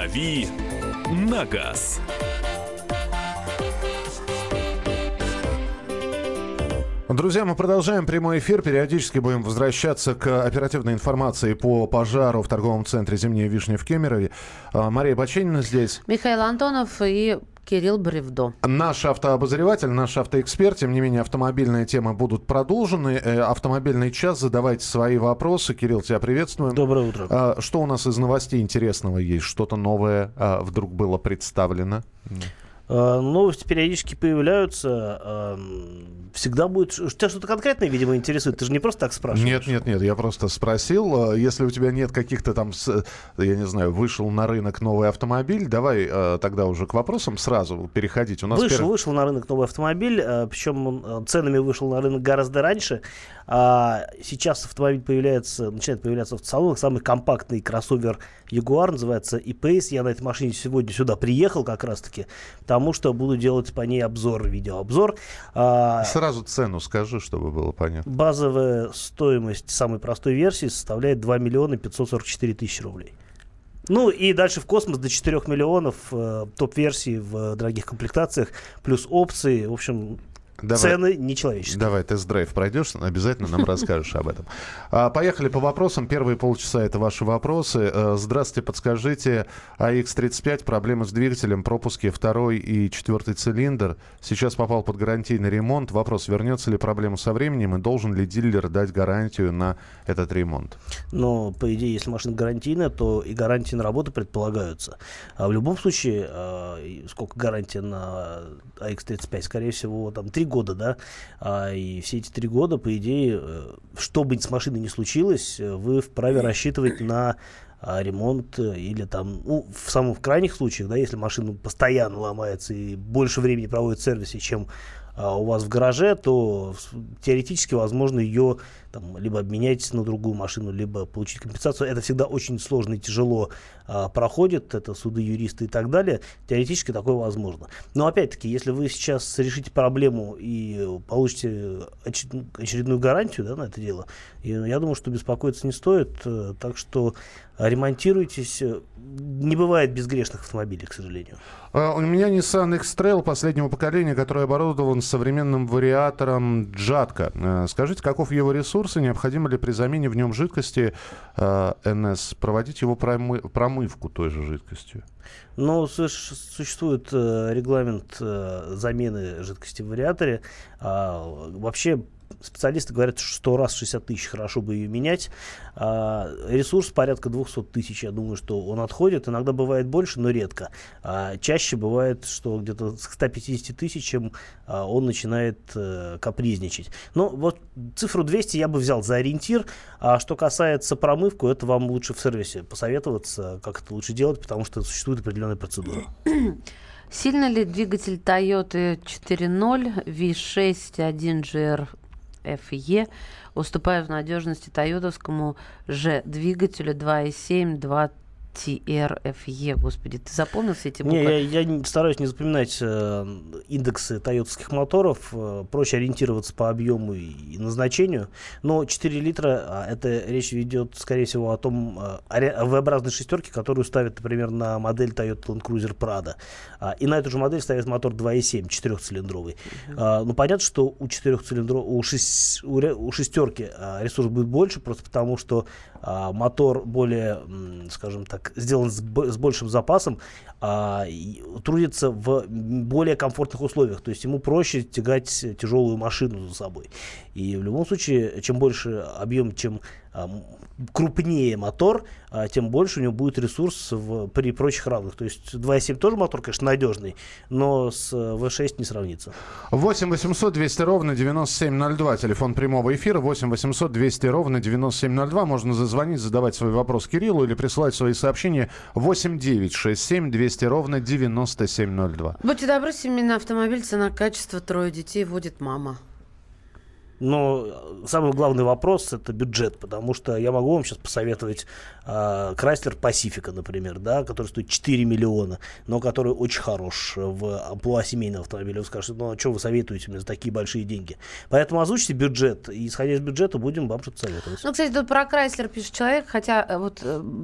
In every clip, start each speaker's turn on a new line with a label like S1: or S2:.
S1: «Дави на газ».
S2: Друзья, мы продолжаем прямой эфир. Периодически будем возвращаться к оперативной информации по пожару в торговом центре «Зимняя вишня» в Кемерове. Мария Баченина здесь.
S3: Михаил Антонов и Кирилл Бревдо.
S2: Наш автообозреватель, наш автоэксперт. Тем не менее, автомобильные темы будут продолжены. Автомобильный час. Задавайте свои вопросы. Кирилл, тебя приветствуем.
S4: Доброе утро.
S2: Что у нас из новостей интересного есть? Что-то новое вдруг было представлено?
S4: Новости периодически появляются. Всегда будет... Тебя что-то конкретное, видимо, интересует? Ты же не просто так спрашиваешь.
S2: Нет, я просто спросил. Если у тебя нет каких-то там, я не знаю, вышел на рынок новый автомобиль, давай тогда уже к вопросам сразу переходить. У нас
S4: Вышел на рынок новый автомобиль, причем он ценами вышел на рынок гораздо раньше. Сейчас автомобиль начинает появляться в салонах. Самый компактный кроссовер Jaguar называется E-Pace. Я на этой машине сегодня сюда приехал как раз-таки, потому что буду делать по ней видеообзор.
S2: Сразу цену скажи, чтобы было понятно.
S4: Базовая стоимость самой простой версии составляет 2 миллиона 544 тысячи рублей. Ну и дальше в космос до 4 миллионов топ-версии в дорогих комплектациях, плюс опции. В общем... Цены нечеловеческие.
S2: Давай, тест-драйв пройдешь, обязательно нам расскажешь об этом. Поехали по вопросам. Первые полчаса — это ваши вопросы. Здравствуйте, подскажите, AX35, проблемы с двигателем, пропуски 2 и 4 цилиндр. Сейчас попал под гарантийный ремонт. Вопрос, вернется ли проблема со временем и должен ли дилер дать гарантию на этот ремонт?
S4: Но, по идее, если машина гарантийная, то и гарантии на работу предполагаются. А в любом случае, сколько гарантия на AX35? Скорее всего, там 3 года, да, и все эти 3 года, по идее, что бы с машиной ни случилось, вы вправе рассчитывать на ремонт или там, в самых крайних случаях, да, если машина постоянно ломается и больше времени проводит в сервисе, чем у вас в гараже, то теоретически возможно ее там, либо обменять на другую машину, либо получить компенсацию. Это всегда очень сложно и тяжело проходит, это суды, юристы и так далее. Теоретически такое возможно. Но опять-таки, если вы сейчас решите проблему и получите очередную гарантию, да, на это дело, я думаю, что беспокоиться не стоит. Так что ремонтируйтесь. Не бывает безгрешных автомобилей, к сожалению.
S2: У меня Nissan X-Trail последнего поколения, который оборудован современным вариатором Джатка. Скажите, каков его ресурс и необходимо ли при замене в нем жидкости НС проводить его промывку той же жидкостью?
S4: Но существует регламент замены жидкости в вариаторе. Вообще специалисты говорят, что 100 раз 60 тысяч хорошо бы ее менять. Ресурс порядка 200 тысяч, я думаю, что он отходит. Иногда бывает больше, но редко. Чаще бывает, что где-то с 150 тысячам он начинает капризничать. Но вот цифру 200 я бы взял за ориентир. А что касается промывки, это вам лучше в сервисе посоветоваться, как это лучше делать, потому что существует определенная процедура.
S3: Сильно ли двигатель Toyota 4.0 V6 1GR FE уступает в надежности тойотовскому же двигателю 2.7 2TR-FE? Господи, ты запомнил все эти буквы?
S4: Не, я стараюсь не запоминать индексы тойотовских моторов. Проще ориентироваться по объему и назначению. Но 4 литра, это речь ведет, скорее всего, о том V-образной шестерке, которую ставят, например, на модель Toyota Land Cruiser Prado. И на эту же модель ставят мотор 2.7, 4-цилиндровый. Ну, понятно, что у шестерки ресурс будет больше, просто потому что мотор более, скажем так, сделан с большим запасом, трудится в более комфортных условиях. То есть ему проще тягать тяжелую машину за собой. И в любом случае, чем больше объем, чем крупнее мотор, тем больше у него будет ресурс при прочих равных. То есть 2.7 тоже мотор, конечно, надежный, но с V6 не сравнится.
S2: 8 800 200 ровно 9702. Телефон прямого эфира. 8 800 200 ровно 9702. Можно зазвонить, задавать свой вопрос Кириллу или присылать свои сообщения 8 967 200 ровно 9702.
S3: Будьте добры, семейный автомобиль, цена, качество, 3 детей, водит мама.
S4: Но самый главный вопрос — это бюджет, потому что я могу вам сейчас посоветовать Chrysler Pacifica, например, да, который стоит 4 миллиона, но который очень хорош в амплуа семейного автомобиля. Вы скажете, ну а что вы советуете мне за такие большие деньги? Поэтому озвучьте бюджет, и исходя из бюджета будем вам что-то советовать.
S3: Ну, кстати, тут про Chrysler пишет человек, хотя вот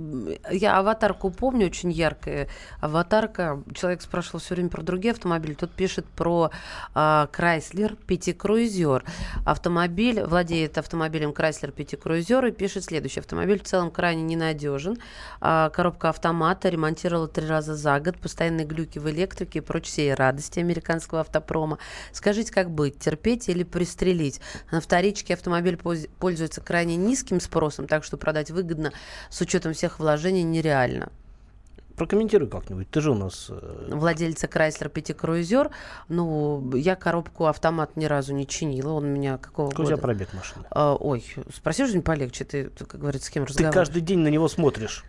S3: я аватарку помню, очень яркая аватарка. Человек спрашивал все время про другие автомобили. Тут пишет про Chrysler Petit-Cruiser. Автомобиль, владеет автомобилем Chrysler Petit-Cruiser и пишет следующее. Автомобиль в целом крайне ненадежен. Коробка автомата, ремонтировала 3 раза за год, постоянные глюки в электрике и прочие всей радости американского автопрома. Скажите, как быть, терпеть или пристрелить? На вторичке автомобиль пользуется крайне низким спросом, так что продать выгодно с учетом всех вложений нереально.
S4: Прокомментируй как-нибудь, ты же у нас...
S3: Владельца Chrysler Petit-Cruiser, ну, я коробку автомат ни разу не чинила, он у меня какого года?
S4: Какой у тебя пробег машины?
S3: Ой, спроси что-нибудь полегче, ты, как говорится, с кем разговариваешь?
S4: Ты каждый день на него смотришь.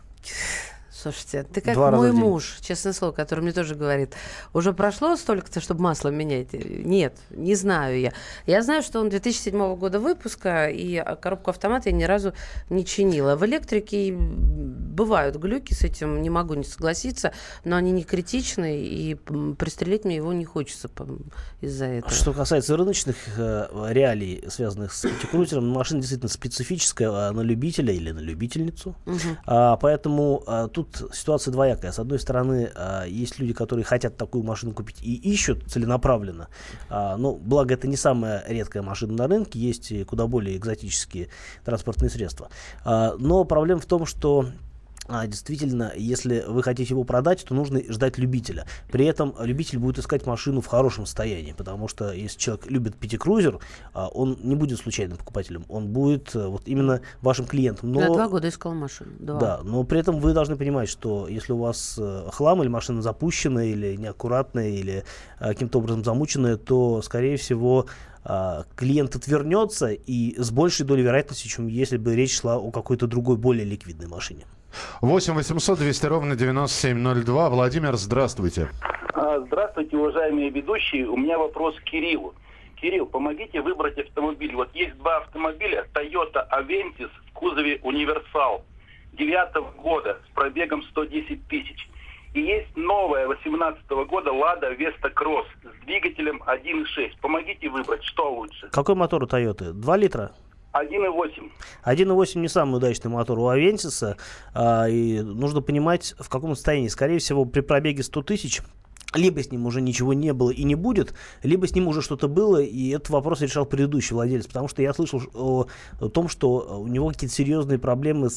S3: Слушайте, ты как
S4: 2 раза
S3: мой
S4: в день.
S3: муж, честное слово, который мне тоже говорит, уже прошло столько-то, чтобы масло менять? Нет, не знаю я. Я знаю, что он 2007 года выпуска, и коробку автомата я ни разу не чинила. В электрике бывают глюки, с этим не могу не согласиться, но они не критичны, и пристрелить мне его не хочется из-за этого.
S4: Что касается рыночных реалий, связанных с Petit-Cruiser'ом, машина действительно специфическая, на любителя или на любительницу. Поэтому тут ситуация двоякая. С одной стороны, есть люди, которые хотят такую машину купить и ищут целенаправленно. Но, благо, это не самая редкая машина на рынке, есть и куда более экзотические транспортные средства. Но проблема в том, что действительно, если вы хотите его продать, то нужно ждать любителя. При этом любитель будет искать машину в хорошем состоянии, потому что если человек любит Petit-Cruiser, он не будет случайным покупателем, он будет вот именно вашим клиентом. Но...
S3: Я 2 года искал машину. 2.
S4: Да, но при этом вы должны понимать, что если у вас хлам или машина запущена, или неаккуратная, или каким-то образом замученная, то, скорее всего, клиент отвернется и с большей долей вероятности, чем если бы речь шла о какой-то другой, более ликвидной машине.
S2: 8 800 200 ровно 9702. Владимир, здравствуйте.
S5: Здравствуйте, уважаемые ведущие. У меня вопрос к Кириллу. Кирилл, помогите выбрать автомобиль. Вот есть 2 автомобиля. Toyota Avensis в кузове универсал 2009 года с пробегом 110 тысяч. И есть новая 2018 года Lada Vesta Cross с двигателем 1.6. Помогите выбрать, что лучше.
S4: Какой мотор у Toyota? 2 литра?
S5: 1.8.
S4: 1.8 не самый удачный мотор у Авентиса. И нужно понимать, в каком состоянии. Скорее всего, при пробеге 100 тысяч либо с ним уже ничего не было и не будет, либо с ним уже что-то было, и этот вопрос решал предыдущий владелец. Потому что я слышал о том, что у него какие-то серьезные проблемы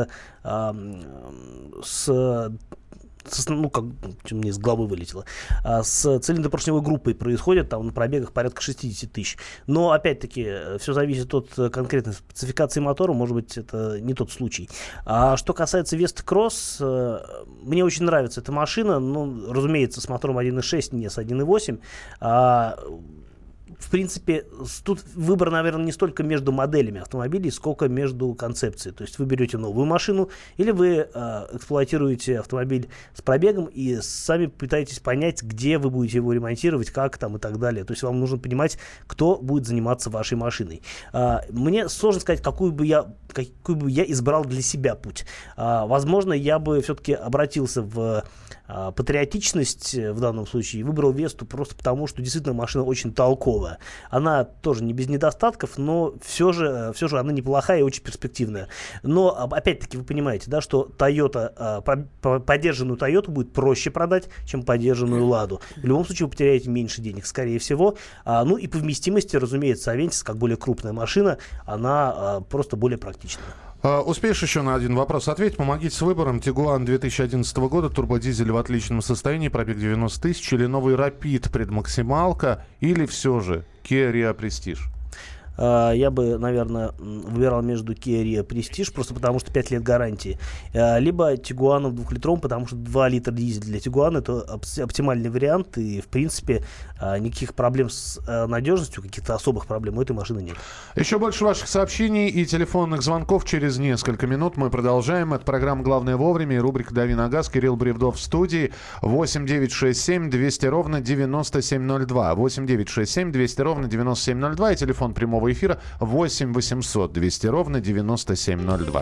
S4: ну, как мне из головы вылетело, с цилиндропоршневой группой происходит там на пробегах порядка 60 тысяч. Но, опять-таки, все зависит от конкретной спецификации мотора, может быть, это не тот случай. А что касается Vesta Cross, мне очень нравится эта машина, ну, разумеется, с мотором 1.6, не с 1.8, в принципе, тут выбор, наверное, не столько между моделями автомобилей, сколько между концепцией. То есть вы берете новую машину или вы эксплуатируете автомобиль с пробегом и сами пытаетесь понять, где вы будете его ремонтировать, как там и так далее. То есть вам нужно понимать, кто будет заниматься вашей машиной. Мне сложно сказать, какой бы я избрал для себя путь. Возможно, я бы все-таки обратился в патриотичность в данном случае и выбрал Весту просто потому, что действительно машина очень толковая. Она тоже не без недостатков, но все же она неплохая и очень перспективная. Но, опять-таки, вы понимаете, да, что Toyota, подержанную Toyota будет проще продать, чем подержанную Ладу. В любом случае вы потеряете меньше денег, скорее всего. Ну и по вместимости, разумеется, Aventis, как более крупная машина, она просто более практичная.
S2: Успеешь еще на один вопрос ответить? Помогите с выбором. Тигуан 2011 года, турбодизель в отличном состоянии, пробег 90 тысяч, или новый Rapid предмаксималка, или все же Kia Rio Prestige?
S4: Я бы, наверное, выбирал между Kia Rio Prestige, просто потому что 5 лет гарантии, либо Тигуаном 2-литровым, потому что 2 литра дизель для Тигуана — это оптимальный вариант, и, в принципе, никаких проблем с надежностью, каких-то особых проблем у этой машины нет.
S2: Еще больше ваших сообщений и телефонных звонков через несколько минут. Мы продолжаем. Это программа «Главное вовремя» и рубрика «Дави на газ». Кирилл Бревдов в студии. 8 967 200 ровно 9702. 8 967 200 ровно 9702 и телефон прямого прямого эфира 8 800 200 ровно 9702.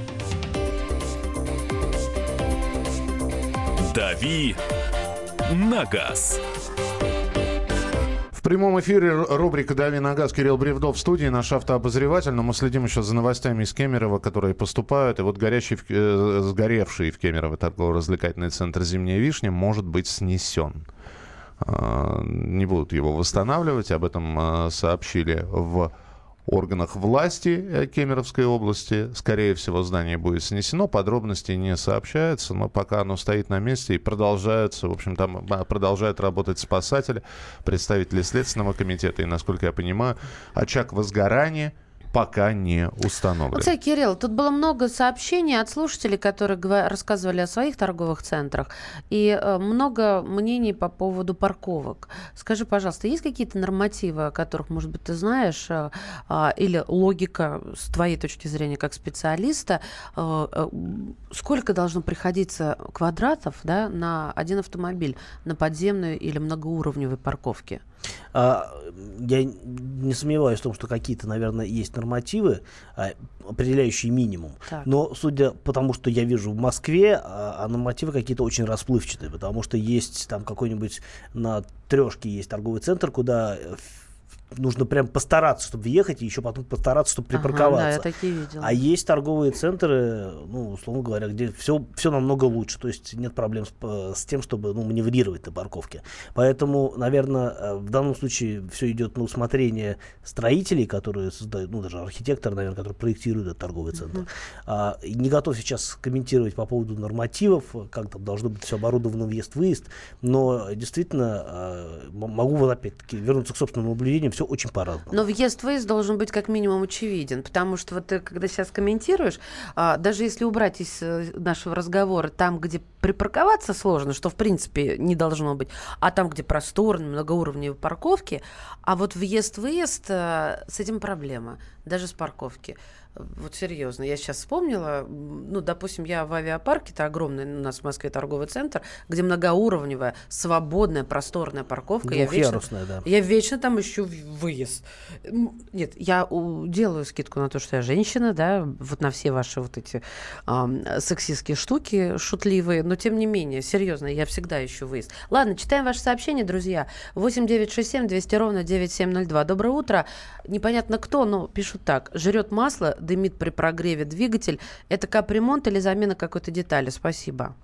S1: «Дави на газ».
S2: В прямом эфире рубрика «Дави на газ». Кирилл Бревдов в студии, наш автообозреватель. Но мы следим еще за новостями из Кемерово, которые поступают. И вот сгоревший в Кемерово торгово-развлекательный центр «Зимняя вишня» может быть снесен. Не будут его восстанавливать. Об этом сообщили в органах власти Кемеровской области. Скорее всего, здание будет снесено. Подробностей не сообщается, но пока оно стоит на месте и продолжается. В общем, там продолжают работать спасатели, представители Следственного комитета. И, насколько я понимаю, очаг возгорания пока не установлен.
S3: Вот, Кирилл, тут было много сообщений от слушателей, которые рассказывали о своих торговых центрах, и много мнений по поводу парковок. Скажи, пожалуйста, есть какие-то нормативы, о которых, может быть, ты знаешь, или логика с твоей точки зрения как специалиста, сколько должно приходиться квадратов, да, на один автомобиль, на подземной или многоуровневой парковке?
S4: Я не сомневаюсь в том, что какие-то, наверное, есть нормативы, определяющие минимум. Так. Но судя по тому, что я вижу в Москве, нормативы какие-то очень расплывчатые, потому что есть там какой-нибудь на Трешке есть торговый центр, куда нужно прям постараться, чтобы въехать, и еще потом постараться, чтобы припарковаться.
S3: Да, я такие видела.
S4: А есть торговые центры, ну, условно говоря, где все намного лучше. То есть нет проблем с тем, чтобы маневрировать на парковке. Поэтому, наверное, в данном случае все идет на усмотрение строителей, которые создают, даже архитектор, наверное, который проектирует этот торговый центр. Не готов сейчас комментировать по поводу нормативов, как там должно быть все оборудовано въезд-выезд, но действительно могу вот опять-таки вернуться к собственному наблюдению, все очень по-разному.
S3: Но въезд-выезд должен быть как минимум очевиден, потому что вот ты, когда сейчас комментируешь, даже если убрать из нашего разговора там, где припарковаться сложно, что в принципе не должно быть, а там, где просторные, многоуровневые парковки, а вот въезд-выезд, с этим проблема, даже с парковки. Вот серьезно, я сейчас вспомнила, допустим, я в авиапарке, это огромный у нас в Москве торговый центр, где многоуровневая, свободная, просторная парковка.
S4: Двухъярусная, да.
S3: Я вечно там ищу выезд. Нет, я делаю скидку на то, что я женщина, да, вот на все ваши вот эти сексистские штуки шутливые, но тем не менее, серьезно, я всегда ищу выезд. Ладно, читаем ваши сообщения, друзья. 8 9 6 7 200 ровно 9702. Доброе утро. Непонятно кто, но пишут так. Жрет масло, дымит при прогреве двигатель. Это капремонт или замена какой-то детали? Спасибо.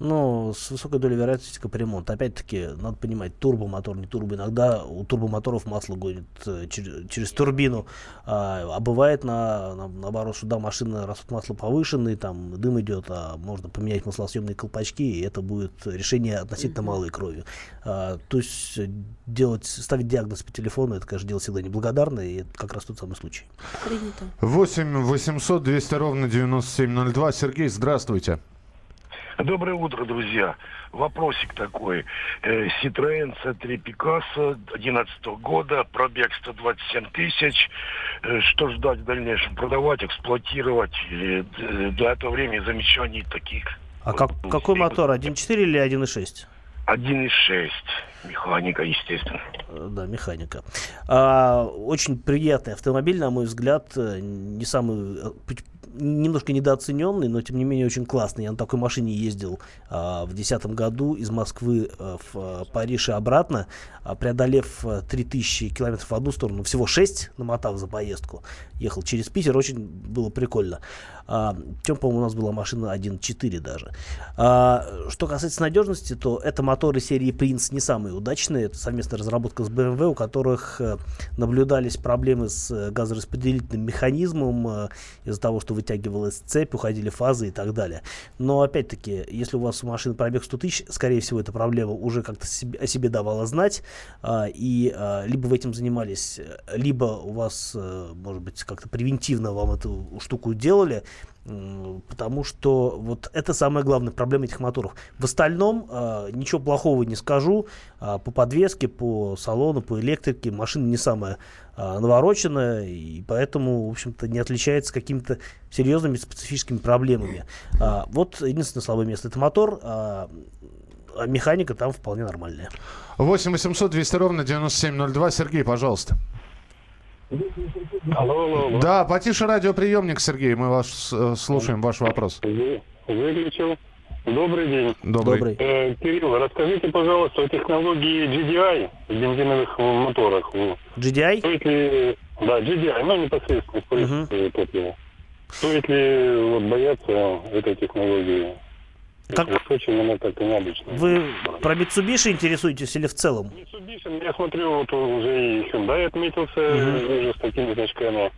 S4: С высокой долей вероятности капремонт. Опять-таки, надо понимать, турбомотор, не турбо. Иногда у турбомоторов масло гонит через турбину. А бывает наоборот, что машина, расход масла повышенный, там дым идет, а можно поменять маслосъемные колпачки, и это будет решение относительно малой крови. То есть ставить диагноз по телефону, это, конечно, дело всегда неблагодарное, и это как раз тот самый случай.
S3: Принято.
S2: 8 800 200 ровно 9702. Сергей, здравствуйте.
S6: Доброе утро, друзья. Вопросик такой. Citroën C3 Picasso 2011 года, пробег 127 тысяч. Что ждать в дальнейшем? Продавать, эксплуатировать? Или до этого времени замечаний таких?
S4: А какой мотор? 1.4 или 1.6?
S6: 1.6. Механика, естественно.
S4: Да, механика. Очень приятный автомобиль, на мой взгляд, не самый... немножко недооцененный, но тем не менее очень классный. Я на такой машине ездил в 2010 году из Москвы в Париж и обратно, преодолев 3000 километров в одну сторону, всего 6 намотав за поездку. Ехал через Питер, очень было прикольно. Причем, по-моему, у нас была машина 1.4 даже. Что касается надежности, то это моторы серии Prince не самые удачные. Это совместная разработка с BMW, у которых наблюдались проблемы с газораспределительным механизмом из-за того, что вытягивалась цепь, уходили фазы и так далее. Но, опять-таки, если у вас у машины пробег 100 тысяч, скорее всего, эта проблема уже как-то о себе давала знать. И либо вы этим занимались, либо у вас, может быть, как-то превентивно вам эту штуку делали, потому что вот это самая главная проблема этих моторов. В остальном ничего плохого не скажу. По подвеске, по салону, по электрике машина не самая навороченная, и поэтому, в общем-то, не отличается какими-то серьезными специфическими проблемами. Вот единственное слабое место — это мотор, а механика там вполне нормальная.
S2: 8 800 200 ровно 9702. Сергей, пожалуйста.
S7: Алло.
S2: Да, потише радиоприемник, Сергей, мы вас слушаем, ваш вопрос.
S7: Выключил. Добрый день.
S2: Добрый.
S7: Кирилл, расскажите, пожалуйста, о технологии GDI в бензиновых моторах.
S4: GDI?
S7: Стоит ли... Да, GDI, непосредственно впрыск топлива. Стоит ли бояться этой технологии?
S4: Как...
S7: Уж очень она как-то необычная.
S4: Вы про Mitsubishi интересуетесь или в целом?
S7: Mitsubishi, я смотрю, вот уже и Hyundai отметился уже с такими значками.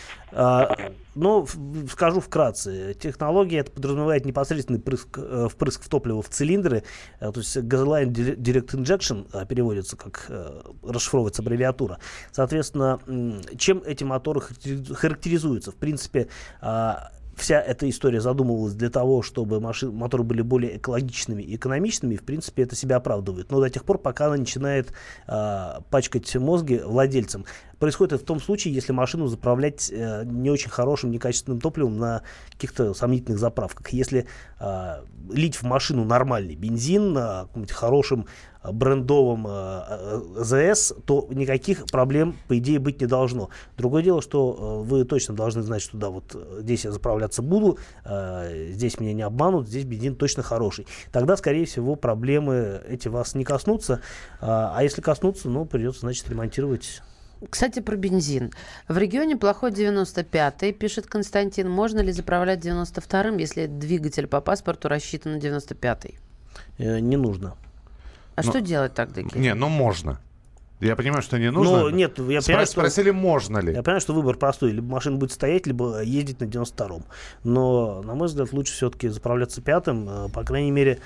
S4: Скажу вкратце. Технология это подразумевает непосредственный впрыск в топливо в цилиндры. То есть Gasoline Direct Injection переводится, как расшифровывается аббревиатура. Соответственно, чем эти моторы характеризуются? В принципе, вся эта история задумывалась для того, чтобы моторы были более экологичными и экономичными, и, в принципе, это себя оправдывает. Но до тех пор, пока она начинает пачкать мозги владельцам. Происходит это в том случае, если машину заправлять не очень хорошим, некачественным топливом на каких-то сомнительных заправках. Если лить в машину нормальный бензин на каком-нибудь хорошем брендовом АЗС, то никаких проблем, по идее, быть не должно. Другое дело, что вы точно должны знать, что да, вот здесь я заправляться буду, здесь меня не обманут, здесь бензин точно хороший. Тогда, скорее всего, проблемы эти вас не коснутся. А если коснутся, придется, значит, ремонтировать.
S3: Кстати, про бензин. В регионе плохой 95-й, пишет Константин. Можно ли заправлять 92-м, если двигатель по паспорту рассчитан на 95-й?
S4: Не нужно.
S3: Что делать тогда?
S2: Можно. Я понимаю, что не нужно.
S4: Нет, я понимаю,
S2: спросили, можно ли.
S4: Я понимаю, что выбор простой. Либо машина будет стоять, либо ездить на 92-м. Но, на мой взгляд, лучше все-таки заправляться 5-м. По крайней мере,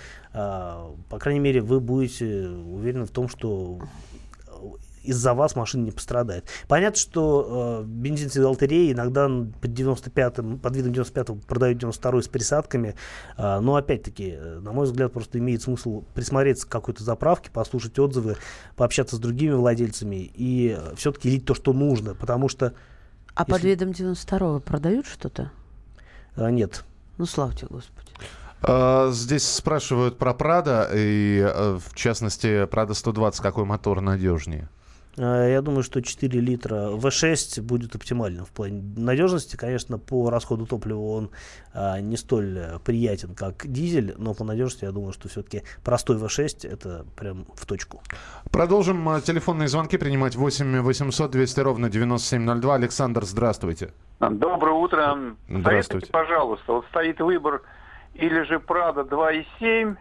S4: вы будете уверены в том, что из-за вас машина не пострадает. Понятно, что бензин Сидалтерей иногда под видом 95-го продают 92-й с присадками, но опять-таки, на мой взгляд, просто имеет смысл присмотреться к какой-то заправке, послушать отзывы, пообщаться с другими владельцами и все-таки лить то, что нужно, потому что...
S3: под видом 92-го продают что-то?
S4: Нет.
S3: Слава тебе, Господи.
S2: Здесь спрашивают про Prado, и в частности, Prado 120, какой мотор надежнее?
S4: Я думаю, что 4 литра V6 будет оптимальным в плане надежности. Конечно, по расходу топлива он не столь приятен, как дизель, но по надежности я думаю, что все-таки простой V6 это прям в точку.
S2: Продолжим телефонные звонки принимать. 8 800 200 ровно 9702. Александр, здравствуйте.
S8: Доброе утро.
S2: Здравствуйте.
S8: Советуйте, пожалуйста, вот стоит выбор или же Prado 2.7,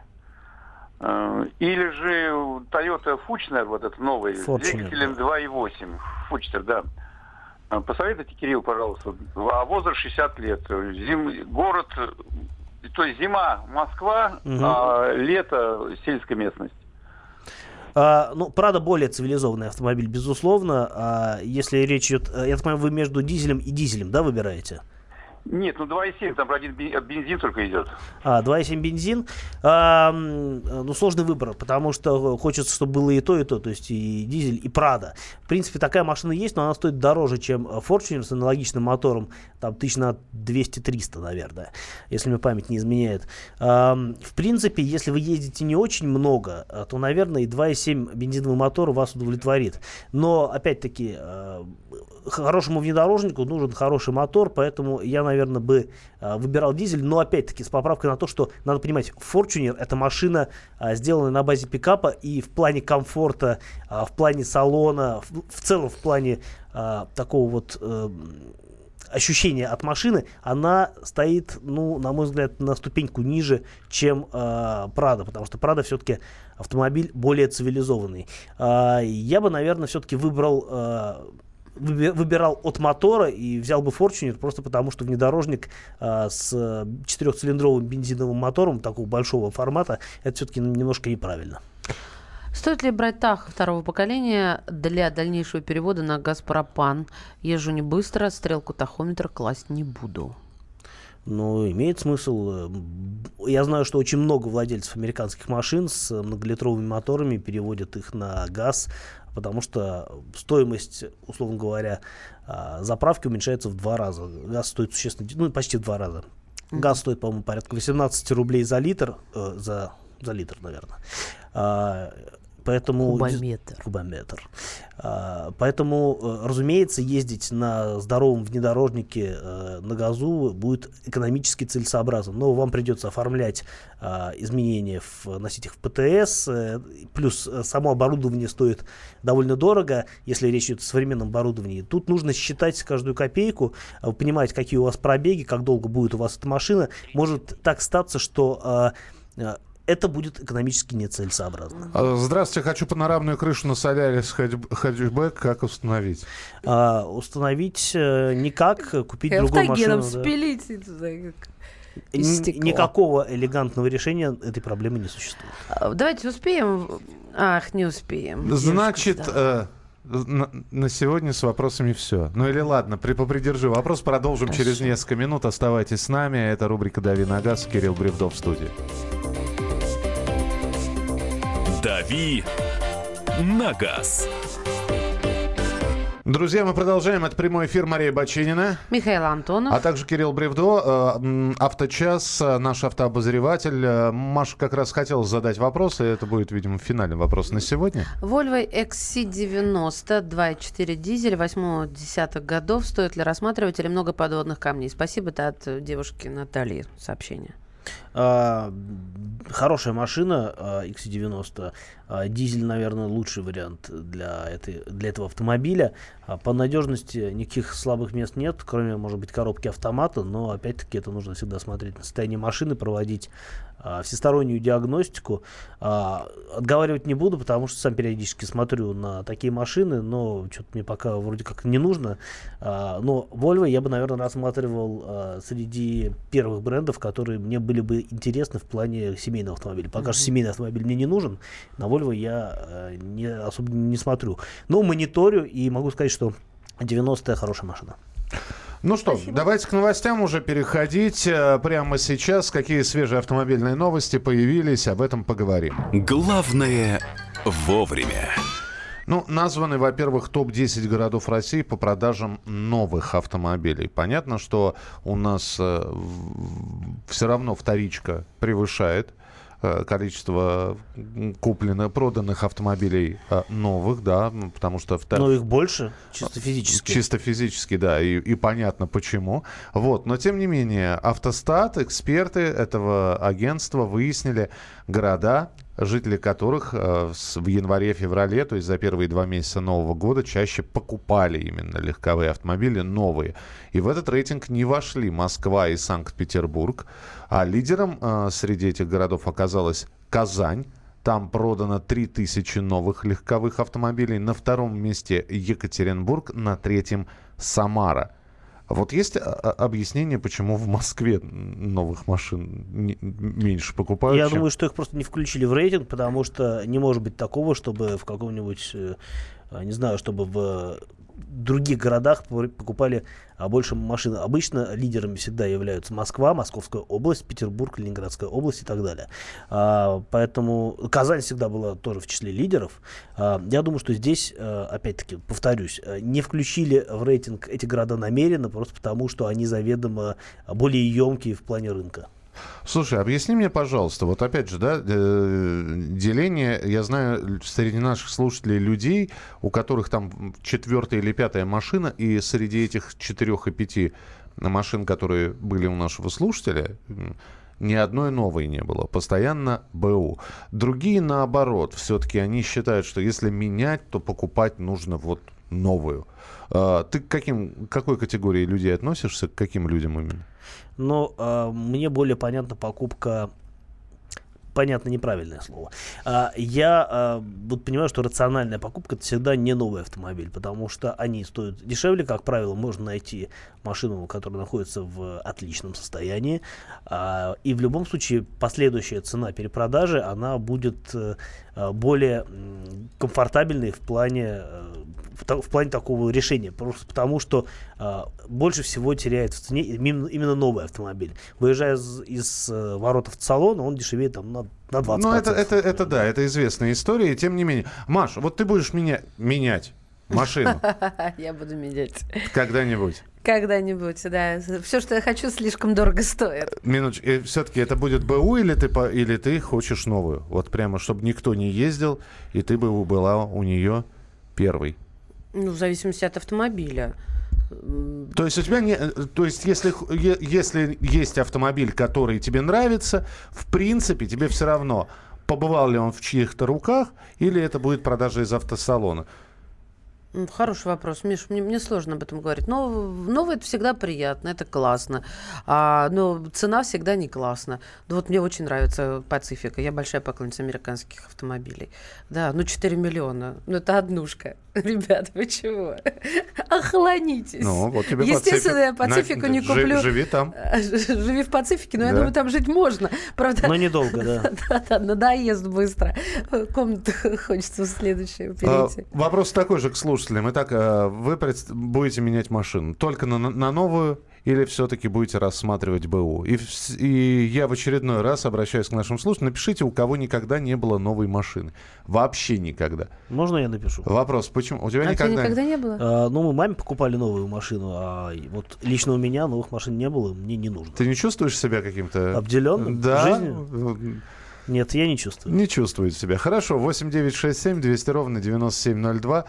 S8: или же Toyota Fuchner, вот этот новый, с двигателем 2.8. Fuchner, да. Посоветуйте, Кирилл, пожалуйста. А возраст 60 лет. Город, то есть зима Москва, а лето сельская местность.
S4: Prado более цивилизованный автомобиль, безусловно. Если речь идет, я так понимаю, вы между дизелем и дизелем, да, выбираете?
S8: Нет, 2.7, там один бензин только идет.
S4: 2.7 бензин. Сложный выбор, потому что хочется, чтобы было и то, то есть и дизель, и Prado. В принципе, такая машина есть, но она стоит дороже, чем Fortuner с аналогичным мотором, там, 200-300, наверное, если мне память не изменяет. В принципе, если вы ездите не очень много, то, наверное, и 2.7 бензиновый мотор вас удовлетворит. Но, опять-таки, хорошему внедорожнику нужен хороший мотор, поэтому я, наверное, бы выбирал дизель, но опять-таки с поправкой на то, что надо понимать, Fortuner это машина, сделанная на базе пикапа, и в плане комфорта, в плане салона, в целом в плане такого вот ощущения от машины, она стоит, на мой взгляд, на ступеньку ниже, чем Prado, потому что Prado все-таки автомобиль более цивилизованный. Я бы, наверное, все-таки выбирал от мотора и взял бы Fortuner, просто потому что внедорожник с 4-цилиндровым бензиновым мотором такого большого формата, это все-таки немножко неправильно.
S3: Стоит ли брать Tahoe второго поколения для дальнейшего перевода на газ пропан? Езжу не быстро, стрелку тахометра класть не буду.
S4: Имеет смысл. Я знаю, что очень много владельцев американских машин с многолитровыми моторами переводят их на газ, потому что стоимость, условно говоря, заправки уменьшается в 2 раза. Газ стоит существенно, почти в 2 раза. Газ стоит, по-моему, порядка 18 рублей за литр, за литр, наверное. Поэтому,
S3: Кубометр.
S4: Поэтому, разумеется, ездить на здоровом внедорожнике на газу будет экономически целесообразно. Но вам придется оформлять изменения, носить их в ПТС. Плюс само оборудование стоит довольно дорого, если речь идет о современном оборудовании. Тут нужно считать каждую копейку, понимать, какие у вас пробеги, как долго будет у вас эта машина. Может так статься, что это будет экономически нецелесообразно.
S2: Здравствуйте, хочу панорамную крышу на Солярис хэтчбэк. Как установить?
S4: Установить никак, купить другую машину.
S3: Спилить
S4: Никакого элегантного решения этой проблемы не существует.
S3: Давайте успеем. Не успеем.
S2: Значит, на сегодня с вопросами все. Ну или ладно, попридержи вопрос. Продолжим через несколько минут. Оставайтесь с нами. Это рубрика «Дави на газ». Кирилл Бревдо в студии.
S1: «Дави на газ».
S2: Друзья, мы продолжаем. Это прямой эфир. Мария Бачинина.
S3: Михаил Антонов.
S2: А также Кирилл Бревдо. Авточас, наш автообозреватель. Маша как раз хотела задать вопрос, и это будет, видимо, финальный вопрос на сегодня.
S3: Volvo XC90, 2.4 дизель, 8-10 годов. Стоит ли рассматривать или много подводных камней? Спасибо, это от девушки Натальи сообщение.
S4: Хорошая машина, XC90. Дизель, наверное, лучший вариант для этого автомобиля. По надежности никаких слабых мест нет, кроме, может быть, коробки автомата, но, опять-таки, это нужно всегда смотреть на состояние машины, проводить всестороннюю диагностику. Отговаривать не буду, потому что сам периодически смотрю на такие машины, но что-то мне пока вроде как не нужно. Но Volvo я бы, наверное, рассматривал среди первых брендов, которые мне были бы интересны в плане семейного автомобиля. Пока что семейный автомобиль мне не нужен, на Volvo я особо не смотрю. Но мониторю и могу сказать, что 90-я хорошая машина.
S2: Ну что, давайте к новостям уже переходить. Прямо сейчас какие свежие автомобильные новости появились, об этом поговорим.
S1: Главное вовремя.
S2: Ну, названы, во-первых, топ-10 городов России по продажам новых автомобилей. Понятно, что у нас все равно вторичка превышает количество проданных автомобилей новых, да, потому что...
S4: Но их больше, чисто физически.
S2: Чисто физически, да, и понятно почему. Вот, но тем не менее, Автостат, эксперты этого агентства выяснили города, жители которых в январе-феврале, то есть за первые 2 месяца Нового года, чаще покупали именно легковые автомобили новые. И в этот рейтинг не вошли Москва и Санкт-Петербург. А лидером среди этих городов оказалась Казань. Там продано 3000 новых легковых автомобилей. На 2-м месте Екатеринбург, на 3-м Самара. Вот есть объяснение, почему в Москве новых машин меньше покупают?
S4: Я думаю, что их просто не включили в рейтинг, потому что не может быть такого, чтобы в каком-нибудь, не знаю, чтобы в других городах покупали больше машин. Обычно лидерами всегда являются Москва, Московская область, Петербург, Ленинградская область и так далее. Поэтому Казань всегда была тоже в числе лидеров. Я думаю, что здесь, опять-таки, повторюсь, не включили в рейтинг эти города намеренно, просто потому, что они заведомо более емкие в плане рынка.
S2: Слушай, объясни мне, пожалуйста, вот опять же, да, деление, я знаю, среди наших слушателей людей, у которых там 4-я или 5-я машина, и среди этих 4 и 5 машин, которые были у нашего слушателя, ни одной новой не было. Постоянно БУ. Другие, наоборот, все-таки они считают, что если менять, то покупать нужно вот новую. Ты к какой категории людей относишься? К каким людям именно?
S4: Но мне более понятна покупка... Понятно, неправильное слово. Я вот понимаю, что рациональная покупка — это всегда не новый автомобиль, потому что они стоят дешевле. Как правило, можно найти машину, которая находится в отличном состоянии. И в любом случае последующая цена перепродажи, она будет более комфортабельной в плане такого решения. Просто потому, что больше всего теряет в цене именно новый автомобиль. Выезжая из ворот автосалона, он дешевеет там на 20%.
S2: Ну, это да, это известная история. И тем не менее. Маш, вот ты будешь менять машину.
S3: Я буду менять.
S2: Когда-нибудь.
S3: Когда-нибудь, да. Все, что я хочу, слишком дорого стоит.
S2: Минуточку. Все-таки это будет БУ или ты хочешь новую? Вот прямо, чтобы никто не ездил, и ты бы была у нее первой.
S3: Ну, в зависимости от автомобиля.
S2: То есть у тебя не, то есть если есть автомобиль, который тебе нравится, в принципе тебе все равно, побывал ли он в чьих-то руках или это будет продажа из автосалона.
S3: Хороший вопрос, Миш, мне сложно об этом говорить. Но новое это всегда приятно, это классно. Но цена всегда не классна. Ну, вот мне очень нравится Пацифика. Я большая поклонница американских автомобилей. Да, 4 миллиона. Это однушка. Ребята, вы чего? Охлонитесь.
S2: Ну, вот тебе
S3: Естественно, я Пацифику не куплю.
S2: Живи там.
S3: Живи в Пацифике, но я думаю, там жить можно. Правда,
S4: но недолго, да.
S3: Да, надоест быстро. Комнату хочется в следующую перейти.
S2: Вопрос такой же к слушателям. Итак, вы будете менять машину только на новую или все-таки будете рассматривать БУ? И я в очередной раз обращаюсь к нашим слушателям. Напишите, у кого никогда не было новой машины. Вообще никогда.
S4: Можно я напишу?
S2: Вопрос, почему? У тебя
S3: никогда не было?
S4: Мы маме покупали новую машину, а вот лично у меня новых машин не было, мне не нужно.
S2: Ты не чувствуешь себя каким-то...
S4: обделенным?
S2: Да.
S4: Жизнью? Нет, я не чувствую.
S2: Не чувствует себя. Хорошо, 8-967-200-97-02.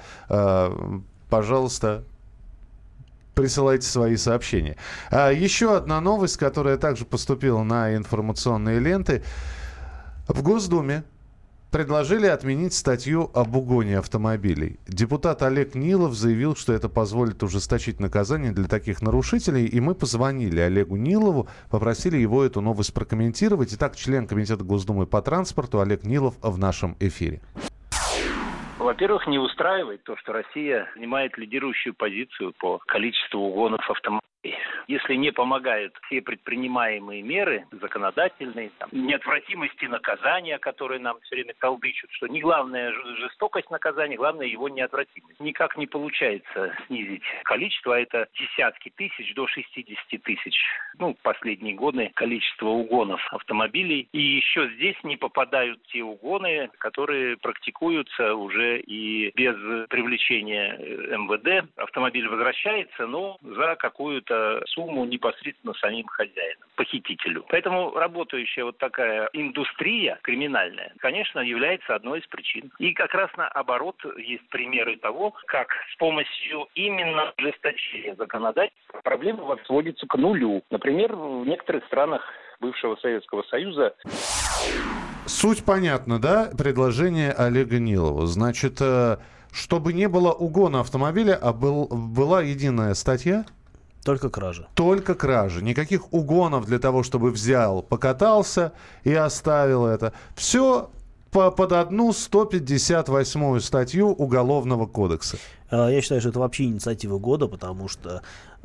S2: Пожалуйста, присылайте свои сообщения. Еще одна новость, которая также поступила на информационные ленты. В Госдуме предложили отменить статью об угоне автомобилей. Депутат Олег Нилов заявил, что это позволит ужесточить наказание для таких нарушителей. И мы позвонили Олегу Нилову, попросили его эту новость прокомментировать. Итак, член Комитета Госдумы по транспорту Олег Нилов в нашем эфире.
S5: Во-первых, не устраивает то, что Россия занимает лидирующую позицию по количеству угонов автомобилей. Если не помогают все предпринимаемые меры, законодательные, неотвратимости наказания, которые нам все время толдычат, что не главное жестокость наказания, главное его неотвратимость. Никак не получается снизить количество, это десятки тысяч до 60 тысяч. Последние годы количество угонов автомобилей. И еще здесь не попадают те угоны, которые практикуются уже и без привлечения МВД. Автомобиль возвращается, но за какую-то сумму непосредственно самим хозяином, похитителю. Поэтому работающая вот такая индустрия криминальная, конечно, является одной из причин. И как раз наоборот есть примеры того, как с помощью именно ужесточения законодательства проблема сводится к нулю. Например, в некоторых странах бывшего Советского Союза.
S2: Суть понятна, да? Предложение Олега Нилова. Значит, чтобы не было угона автомобиля, а была единая статья?
S4: Только кража.
S2: Только кража. Никаких угонов для того, чтобы взял, покатался и оставил это. Все под одну 158-ю статью Уголовного кодекса.
S4: Я считаю, что это вообще инициатива года, потому что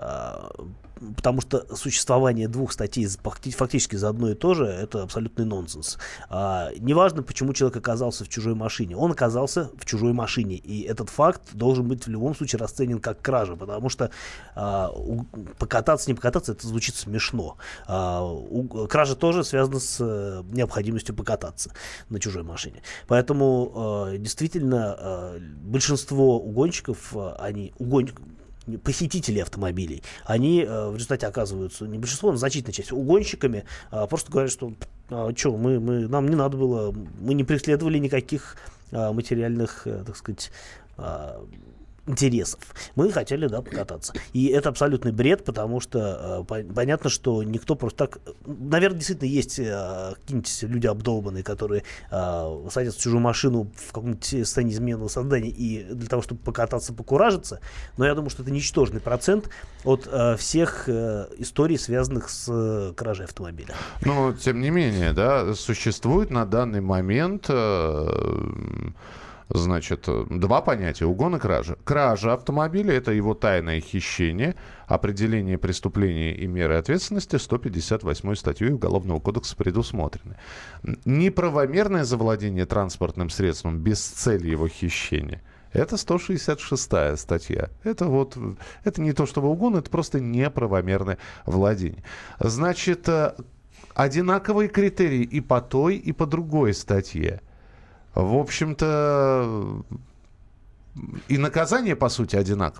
S4: существование двух статей фактически за одно и то же, это абсолютный нонсенс. Неважно, почему человек оказался в чужой машине. Он оказался в чужой машине, и этот факт должен быть в любом случае расценен как кража, потому что покататься, не покататься, это звучит смешно. Кража тоже связана с необходимостью покататься на чужой машине. Поэтому действительно большинство угонщиков, похитители автомобилей, они в результате оказываются, не большинство, но значительная часть, угонщиками, просто говорят, что нам не надо было, мы не преследовали никаких материальных, так сказать, интересов. Мы хотели, покататься. И это абсолютный бред, потому что понятно, что никто просто так... Наверное, действительно есть какие-нибудь люди обдолбанные, которые садятся в чужую машину в каком-нибудь состоянии измененного создания и для того, чтобы покататься, покуражиться. Но я думаю, что это ничтожный процент от всех историй, связанных с кражей автомобиля.
S2: Но, тем не менее, существует на данный момент... Значит, два понятия: угон и кража. Кража автомобиля – это его тайное хищение. Определение преступления и меры ответственности 158 статьей Уголовного кодекса предусмотрены. Неправомерное завладение транспортным средством без цели его хищения – это 166-я статья. Это не то чтобы угон, это просто неправомерное владение. Значит, одинаковые критерии и по той, и по другой статье. В общем-то, и наказание, по сути, одинаковое.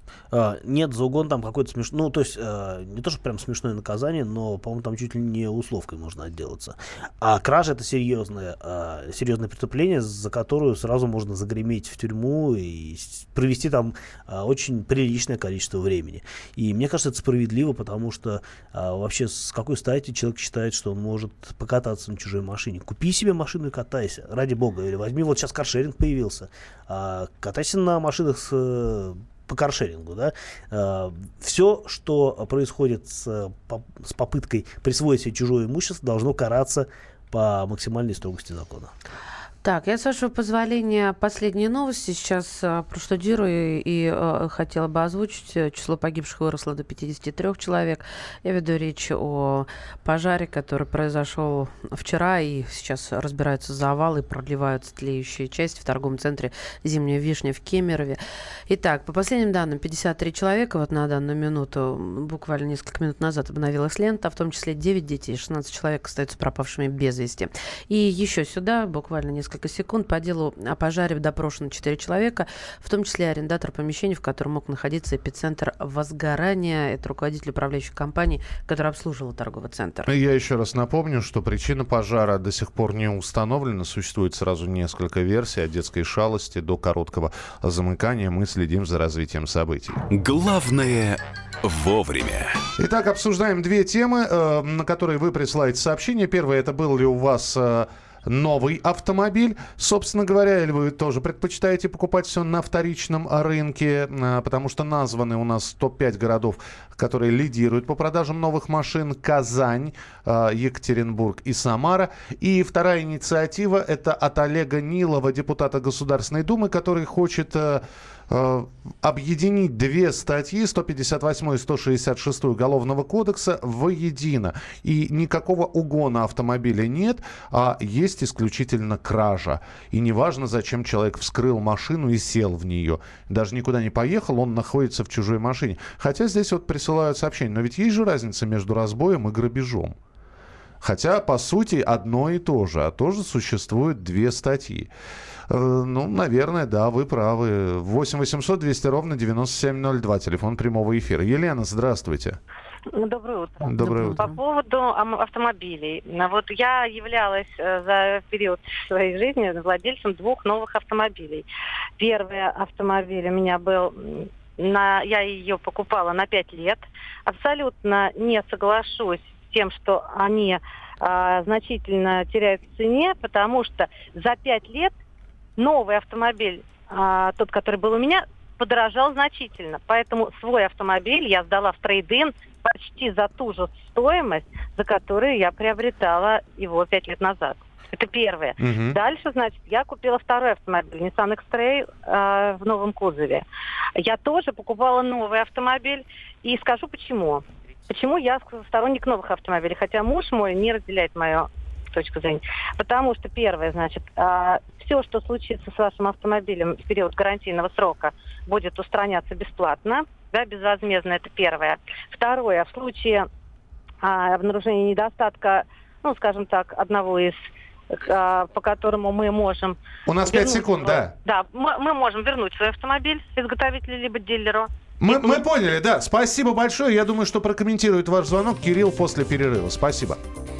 S4: Нет, за угон там какой-то смешной... Ну, то есть, не то, что прям смешное наказание, но, по-моему, там чуть ли не условкой можно отделаться. А кража — это серьезное преступление, за которую сразу можно загреметь в тюрьму и провести там очень приличное количество времени. И мне кажется, это справедливо, потому что вообще с какой стати человек считает, что он может покататься на чужой машине? Купи себе машину и катайся, ради бога. Или возьми, вот сейчас каршеринг появился. Катайся на машинах по каршерингу, да. Все, что происходит с попыткой присвоить себе чужое имущество, должно караться по максимальной строгости закона.
S3: Так, я, с вашего позволения, последние новости сейчас проштудирую и хотела бы озвучить. Число погибших выросло до 53 человек. Я веду речь о пожаре, который произошел вчера, и сейчас разбираются завалы, продлеваются тлеющие части в торговом центре «Зимняя вишня» в Кемерове. Итак, по последним данным, 53 человека вот на данную минуту, буквально несколько минут назад обновилась лента, в том числе 9 детей, 16 человек остаются пропавшими без вести. И еще сюда, буквально несколько секунд, по делу о пожаре допрошено 4 человека, в том числе арендатор помещений, в котором мог находиться эпицентр возгорания. Это руководитель управляющей компании, которая обслуживала торговый центр.
S2: Я еще раз напомню, что причина пожара до сих пор не установлена. Существует сразу несколько версий, от детской шалости до короткого замыкания. Мы следим за развитием событий.
S1: Главное вовремя.
S2: Итак, обсуждаем две темы, на которые вы присылаете сообщение. Первое — это был ли у вас новый автомобиль, собственно говоря, или вы тоже предпочитаете покупать все на вторичном рынке, потому что названы у нас топ-5 городов, которые лидируют по продажам новых машин: Казань, Екатеринбург и Самара. И вторая инициатива — это от Олега Нилова, депутата Государственной Думы, который хочет объединить две статьи, 158 и 166 Уголовного кодекса, воедино. И никакого угона автомобиля нет, а есть исключительно кража. И неважно, зачем человек вскрыл машину и сел в нее. Даже никуда не поехал, он находится в чужой машине. Хотя здесь вот присылают сообщение. Но ведь есть же разница между разбоем и грабежом. Хотя, по сути, одно и то же. А тоже существует две статьи. Ну, наверное, да, вы правы. 8 800 200 ровно 9702. Телефон прямого эфира. Елена, здравствуйте.
S9: Доброе утро.
S2: Доброе утро.
S9: По поводу автомобилей. Вот я являлась за период своей жизни владельцем 2 новых автомобилей. Первый автомобиль у меня был... Я ее покупала на 5 лет. Абсолютно не соглашусь с тем, что они значительно теряют в цене, потому что за 5 лет новый автомобиль, тот, который был у меня, подорожал значительно. Поэтому свой автомобиль я сдала в трейд-ин почти за ту же стоимость, за которую я приобретала его 5 лет назад. Это первое. Угу. Дальше, значит, я купила второй автомобиль, Nissan X-Trail в новом кузове. Я тоже покупала новый автомобиль. И скажу почему. Почему я сторонник новых автомобилей, хотя муж мой не разделяет мою точку зрения. Потому что, первое, значит, все, что случится с вашим автомобилем в период гарантийного срока, будет устраняться бесплатно, да, безвозмездно, это первое. Второе, в случае обнаружения недостатка, ну, скажем так, одного из, по которому мы можем...
S2: У нас 5 секунд, да.
S9: Да, мы можем вернуть свой автомобиль изготовителю либо дилеру.
S2: Мы поняли, да. Спасибо большое. Я думаю, что прокомментирует ваш звонок Кирилл после перерыва. Спасибо.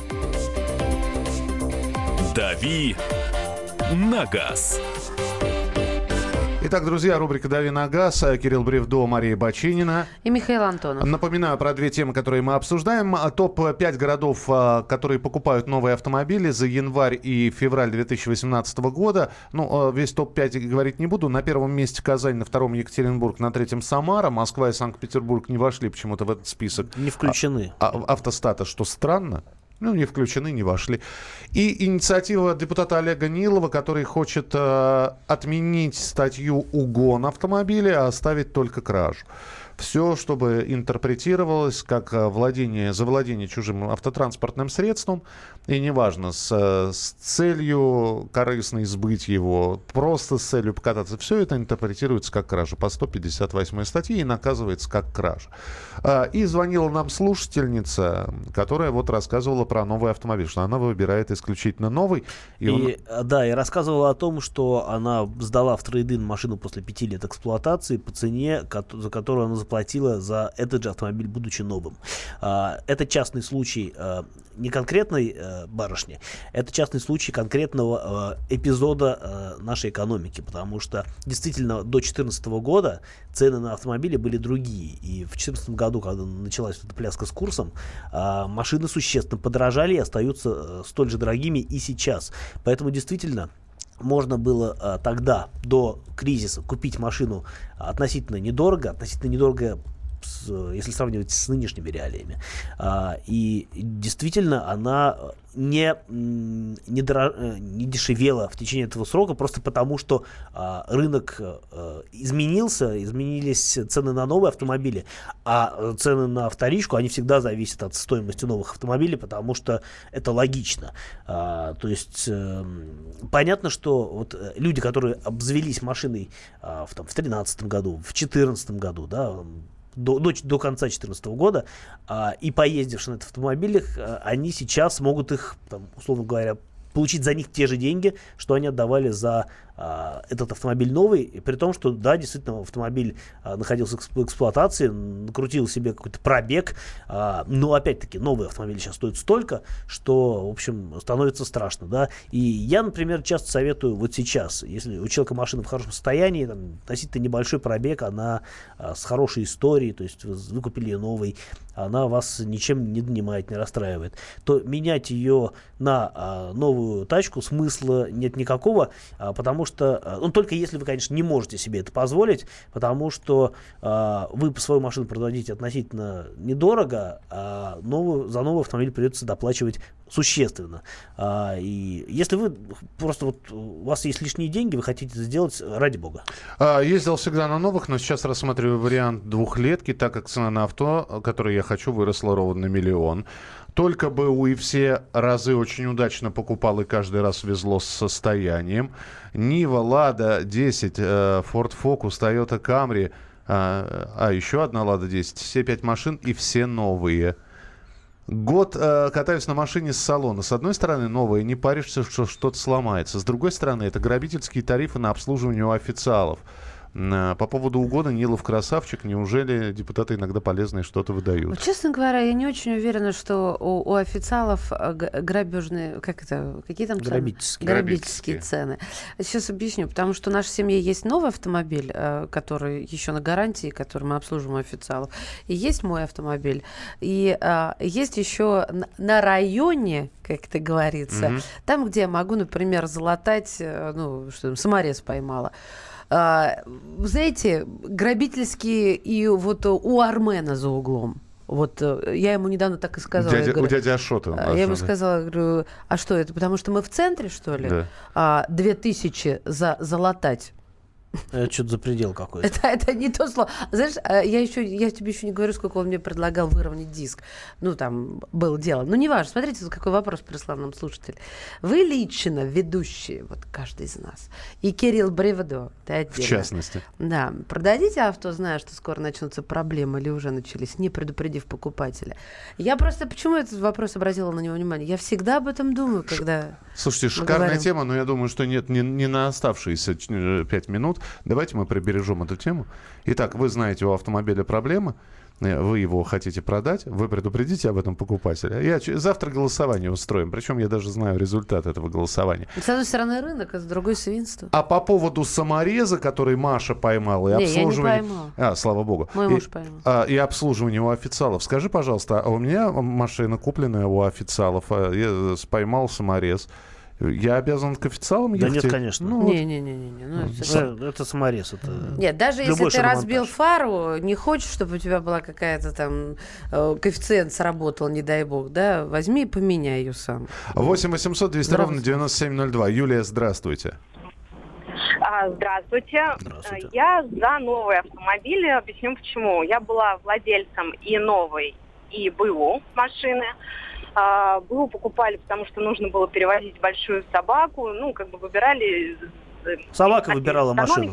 S1: «Дави на газ».
S2: Итак, друзья, рубрика «Дави на газ». Кирилл Бревдо, Мария Бачинина.
S3: И Михаил Антонов.
S2: Напоминаю про две темы, которые мы обсуждаем. Топ-5 городов, которые покупают новые автомобили за январь и февраль 2018 года. Ну, весь топ-5 говорить не буду. На первом месте Казань, на втором Екатеринбург, на третьем Самара. Москва и Санкт-Петербург не вошли почему-то в этот список.
S4: Не включены.
S2: Автостата, что странно. Ну, не включены, не вошли. И инициатива депутата Олега Нилова, который хочет отменить статью «Угон автомобиля», а оставить только кражу. Все, чтобы интерпретировалось как завладение чужим автотранспортным средством, и неважно, с целью корыстной сбыть его, просто с целью покататься, все это интерпретируется как кража по 158 статье и наказывается как кража. И звонила нам слушательница, которая вот рассказывала про новый автомобиль, что она выбирает исключительно новый. И
S4: рассказывала о том, что она сдала в трейд-ин машину после 5 лет эксплуатации по цене, за которую она заплатила за этот же автомобиль, будучи новым. Это частный случай не конкретной барышни, это частный случай конкретного эпизода нашей экономики, потому что действительно до 2014 года цены на автомобили были другие. И в 2014 году, когда началась эта пляска с курсом, машины существенно подорожали и остаются столь же дорогими и сейчас. Поэтому действительно можно было тогда, до кризиса, купить машину относительно недорого, если сравнивать с нынешними реалиями. И действительно она не дешевела в течение этого срока, просто потому что рынок изменились цены на новые автомобили, а цены на вторичку, они всегда зависят от стоимости новых автомобилей, потому что это логично. То есть понятно, что вот люди, которые обзавелись машиной в 2013 году, в 2014 году, да, до конца 2014 года, и поездившие на этих автомобилях, они сейчас могут их, условно говоря, получить за них те же деньги, что они отдавали за этот автомобиль новый, и при том, что, да, действительно, автомобиль находился в эксплуатации, накрутил себе какой-то пробег, но, опять-таки, новые автомобили сейчас стоят столько, что, в общем, становится страшно, да, и я, например, часто советую вот сейчас, если у человека машина в хорошем состоянии, относительно небольшой пробег, она с хорошей историей, то есть вы купили ее новой, она вас ничем не донимает, не расстраивает, то менять ее на новую тачку смысла нет никакого, потому что, только если вы, конечно, не можете себе это позволить, потому что вы свою машину продадите относительно недорого, а за новый автомобиль придется доплачивать существенно. И если вы просто у вас есть лишние деньги, вы хотите это сделать, ради бога.
S2: Ездил всегда на новых, но сейчас рассматриваю вариант двухлетки, так как цена на авто, которое я хочу, выросла ровно на 1 миллион. Только БУ и все разы очень удачно покупал и каждый раз везло с состоянием. Нива, Лада 10, Ford Focus, Toyota Camry, еще одна Лада 10. Все 5 машин и все новые. Год катаюсь на машине с салона. С одной стороны, новая, не паришься, что что-то сломается. С другой стороны, это грабительские тарифы на обслуживание у официалов. По поводу угона Нилов красавчик. Неужели депутаты иногда полезные что-то выдают?
S3: Честно говоря, я не очень уверена, что у официалов грабежные, какие там цены? Грабительские цены. Сейчас объясню, потому что в нашей семье есть новый автомобиль, который еще на гарантии, который мы обслуживаем у официалов, и есть мой автомобиль, и есть еще на районе, как это говорится, там, где я могу, например, залатать, что там, саморез поймала. Вы знаете, грабительские и вот у Армена за углом. Вот я ему недавно так и сказала.
S2: У дяди Ашота.
S3: Я ему сказала, говорю, а что это? Потому что мы в центре, что ли? Да. 2000 залатать.
S4: Это что-то за предел какой-то.
S3: Это не то слово. Знаешь, я тебе еще не говорю, сколько он мне предлагал выровнять диск. Там было дело. Неважно. Смотрите, какой вопрос прислал нам слушатель. Вы лично ведущие, каждый из нас, и Кирилл Бревдо, в
S2: частности.
S3: Да. Продадите авто, зная, что скоро начнутся проблемы или уже начались, не предупредив покупателя. Я просто, почему этот вопрос обратила на него внимание? Я всегда об этом думаю, когда...
S2: Слушайте, шикарная тема, но я думаю, что нет, не на оставшиеся 5 минут. Давайте мы прибережем эту тему. Итак, вы знаете, у автомобиля проблема, вы его хотите продать, вы предупредите об этом покупателя. Завтра голосование устроим, причем я даже знаю результат этого голосования.
S3: С одной стороны рынок, а с другой свинство.
S2: А по поводу самореза, который Маша поймала, и обслуживание...
S3: я не поймала.
S2: Слава богу.
S3: Мой муж поймал.
S2: И обслуживание у официалов. Скажи, пожалуйста, а у меня машина купленная у официалов, я поймал саморез. Я обязан к официалам ехать?
S4: Да нет, конечно.
S3: Это
S4: саморез.
S3: Нет, даже если ты разбил фару, не хочешь, чтобы у тебя была какая-то там коэффициент сработал, не дай бог, да, возьми и поменяй ее сам.
S2: 8 800 200 ровно 9702. Юлия, здравствуйте.
S9: Здравствуйте.
S4: Здравствуйте.
S9: Я за новые автомобили. Объясню почему. Я была владельцем и новой, и БУ машины. БУ покупали, потому что нужно было перевозить большую собаку. Ну, как бы выбирали...
S4: Собака выбирала машину.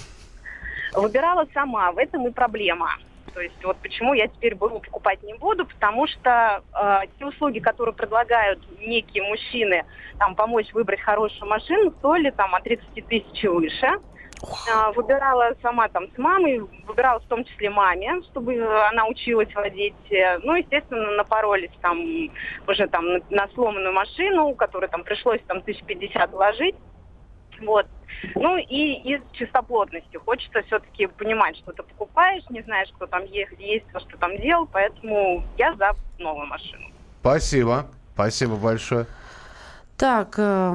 S9: Выбирала сама. В этом и проблема. То есть вот почему я теперь БУ покупать не буду, потому что те услуги, которые предлагают некие мужчины, там, помочь выбрать хорошую машину, стоили там от 30 тысяч и выше. Выбирала сама там с мамой, выбирала в том числе маме, чтобы она училась водить. Ну, естественно, напоролись там уже там на сломанную машину, которую там пришлось там 1050 вложить. Вот. Ну и из чистоплотности. Хочется все-таки понимать, что ты покупаешь, не знаешь, кто там есть, что там делал, поэтому я за новую машину.
S2: Спасибо. Спасибо большое.
S3: Так,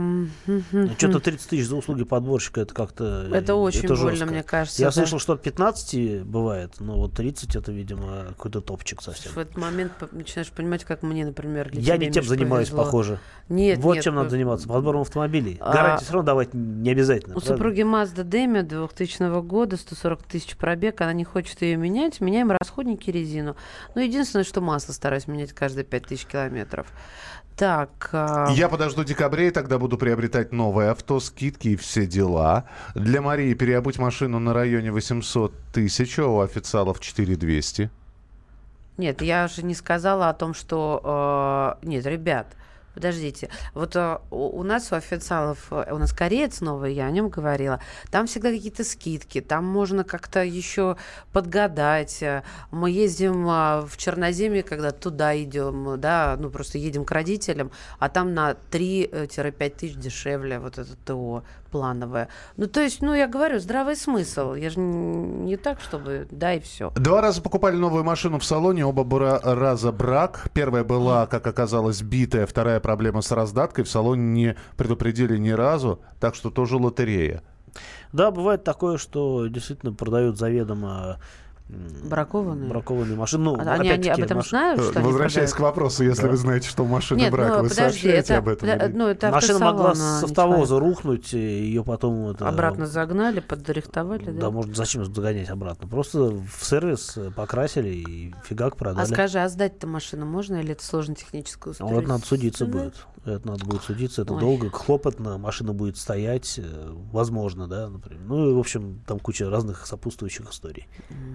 S4: Что-то 30 тысяч за услуги подборщика, это как-то...
S3: это очень
S4: это
S3: больно,
S4: жестко.
S3: мне кажется.
S4: Я
S3: да.
S4: слышал, что от 15 бывает, но вот 30 это, видимо, какой-то топчик совсем.
S3: В этот момент начинаешь понимать, как мне, например, для
S4: Я
S3: тебя,
S4: не тем
S3: Миш,
S4: занимаюсь,
S3: повезло.
S4: похоже.
S3: Нет,
S4: вот
S3: нет,
S4: чем надо заниматься, подбором автомобилей. Гарантию все равно давать не обязательно.
S3: У
S4: правда?
S3: супруги Mazda Demi 2000 года, 140 тысяч пробег, она не хочет ее менять. Меняем расходники, резину. Ну, единственное, что масло стараюсь менять каждые 5000 километров. Так.
S2: Я подожду декабря, и тогда буду приобретать новое авто, скидки и все дела. Для Марии переобуть машину на районе 800 тысяч, а у официалов 4200.
S3: Нет, я же не сказала о том, что... Нет, ребят, подождите. Вот у нас, у официалов, у нас кореец новый, я о нем говорила. Там всегда какие-то скидки, там можно как-то еще подгадать. Мы ездим в Черноземье, когда туда идем, да, ну просто едем к родителям, а там на 3-5 тысяч дешевле вот это ТО плановое. Ну, то есть, ну, я говорю, здравый смысл. Я же не так, чтобы, да, и все.
S2: 2 раза покупали новую машину в салоне, оба раза брак. Первая была, как оказалось, битая, вторая проблема с раздаткой. В салоне не предупредили ни разу, так что тоже лотерея.
S4: Да, бывает такое, что действительно продают заведомо бракованные машины. Ну,
S3: они об этом знают, что
S2: Возвращаясь к вопросу, если вы знаете, что машина
S3: Нет,
S2: брак, вы
S3: подожди,
S2: сообщаете об этом?
S3: Это
S4: машина могла с автовоза рухнуть, ее потом...
S3: обратно загнали, подрихтовали, да?
S4: Да, может, зачем загонять обратно? Просто в сервис покрасили и фигак продали.
S3: А скажи, а сдать-то машину можно или это сложно техническое устройство?
S4: Это надо судиться будет. Это надо будет судиться, это долго, хлопотно, машина будет стоять, возможно, да, например. Ну и, в общем, там куча разных сопутствующих историй.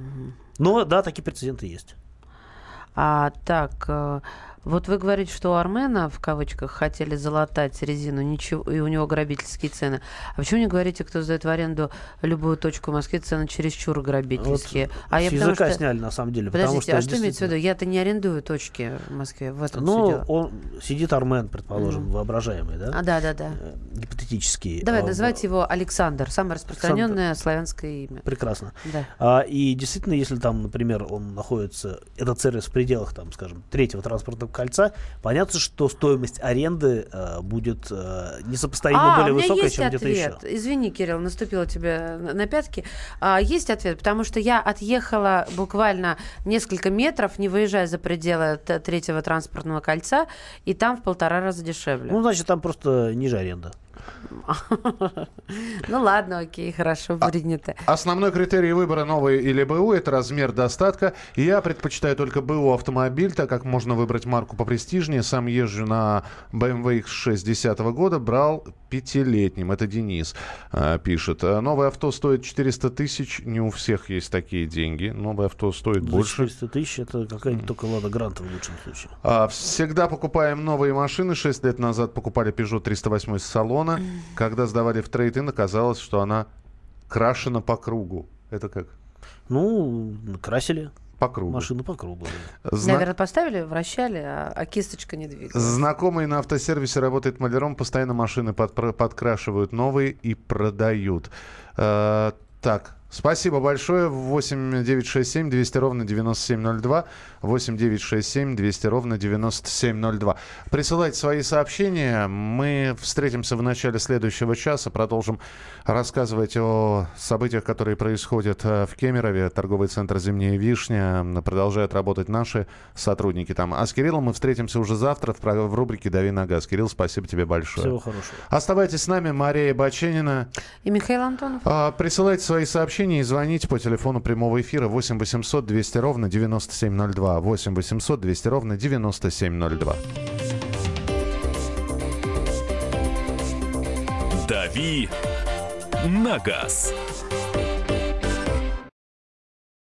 S4: Но, да, такие прецеденты есть.
S3: Так, вот вы говорите, что у Армена, в кавычках, хотели залатать резину, ничего, и у него грабительские цены. А почему не говорите, кто сдает в аренду любую точку в Москве, цены чересчур грабительские?
S4: Вот с языка сняли, на самом деле.
S3: Подождите, а что имеется в виду? Я-то не арендую точки в Москве, в этом
S4: все
S3: дело.
S4: Он сидит Армен, предположим, воображаемый, да?
S3: Да.
S4: Гипотетический.
S3: Давай, называйте его Александр, самое распространенное славянское имя.
S4: Прекрасно.
S3: Да.
S4: И действительно, если там, например, он находится, этот сервис в пределах, там, скажем, 3-го транспортного кольца, понятно, что стоимость аренды будет несопоставимо более высокая, чем где-то еще.
S3: Извини, Кирилл, наступила тебе на пятки. Есть ответ, потому что я отъехала буквально несколько метров, не выезжая за пределы 3-го транспортного кольца, и там в 1,5 раза дешевле.
S4: Ну, значит, там просто ниже аренда.
S3: Ну ладно, окей, хорошо, принято.
S2: Основной критерий выбора новой или БУ – это размер достатка. Я предпочитаю только БУ автомобиль, так как можно выбрать марку попрестижнее. Сам езжу на BMW X6 2010 года, брал 5-летним. Это Денис пишет. Новое авто стоит 400 тысяч. Не у всех есть такие деньги. Новое авто стоит больше.
S4: 400 тысяч – это какая-нибудь только Лада Гранта в лучшем случае.
S2: Всегда покупаем новые машины. 6 лет назад покупали Peugeot 308 с салона. Когда сдавали в трейд-ин, оказалось, что она крашена по кругу. Это как?
S4: Ну, красили.
S2: По кругу.
S4: Машину по кругу.
S3: Наверное, поставили, вращали, а кисточка не двигалась.
S2: Знакомый на автосервисе работает маляром, постоянно машины подкрашивают новые и продают. Так, Спасибо большое. 8 967 200 ровно 9702. 8 967 200 ровно 9702. Присылайте свои сообщения. Мы встретимся в начале следующего часа. Продолжим рассказывать о событиях, которые происходят в Кемерове. Торговый центр «Зимняя вишня». Продолжают работать наши сотрудники там. А с Кириллом мы встретимся уже завтра в рубрике «Дави на газ». Кирилл, спасибо тебе большое.
S4: Всего хорошего.
S2: Оставайтесь с нами. Мария Баченина
S3: и Михаил Антонов.
S2: Присылайте свои сообщения и звоните по телефону прямого эфира 8 800 200 ровно 9702. 8 800 200 ровно 9702.
S1: «Дави на газ».